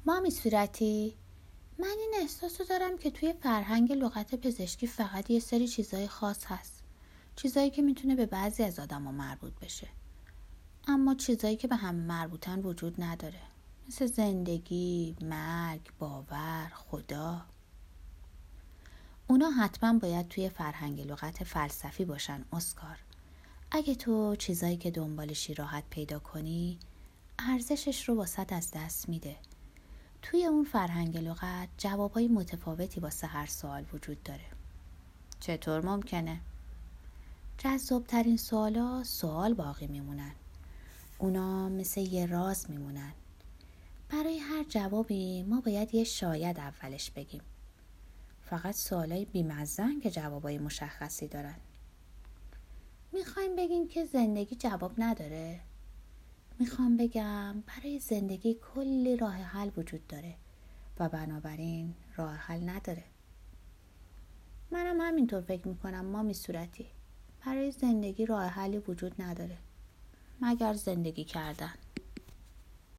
مامی صورتی، من این احساسو دارم که توی فرهنگ لغت پزشکی فقط یه سری چیزای خاص هست. چیزایی که میتونه به بعضی از آدما مربوط بشه. اما چیزایی که به همه مربوطن وجود نداره. مثل زندگی، مرگ، باور، خدا. اونا حتما باید توی فرهنگ لغت فلسفی باشن اسکار. اگه تو چیزایی که دنبالشی راحت پیدا کنی، ارزشش رو واسط از دست میده. توی اون فرهنگ لغت جوابای متفاوتی واسه هر سوال وجود داره. چطور ممکنه؟ جذابترین سوالا سوال باقی میمونن. اونا مثل یه راز میمونن. برای هر جوابی ما باید یه شاید اولش بگیم. فقط سوالای بی‌مزه‌ن که جوابای مشخصی دارن. میخوایم بگیم که زندگی جواب نداره؟ میخوام بگم برای زندگی کلی راه حل وجود داره و بنابراین راه حل نداره. منم همینطور فکر میکنم مامی صورتی. برای زندگی راه حلی وجود نداره مگر زندگی کردن.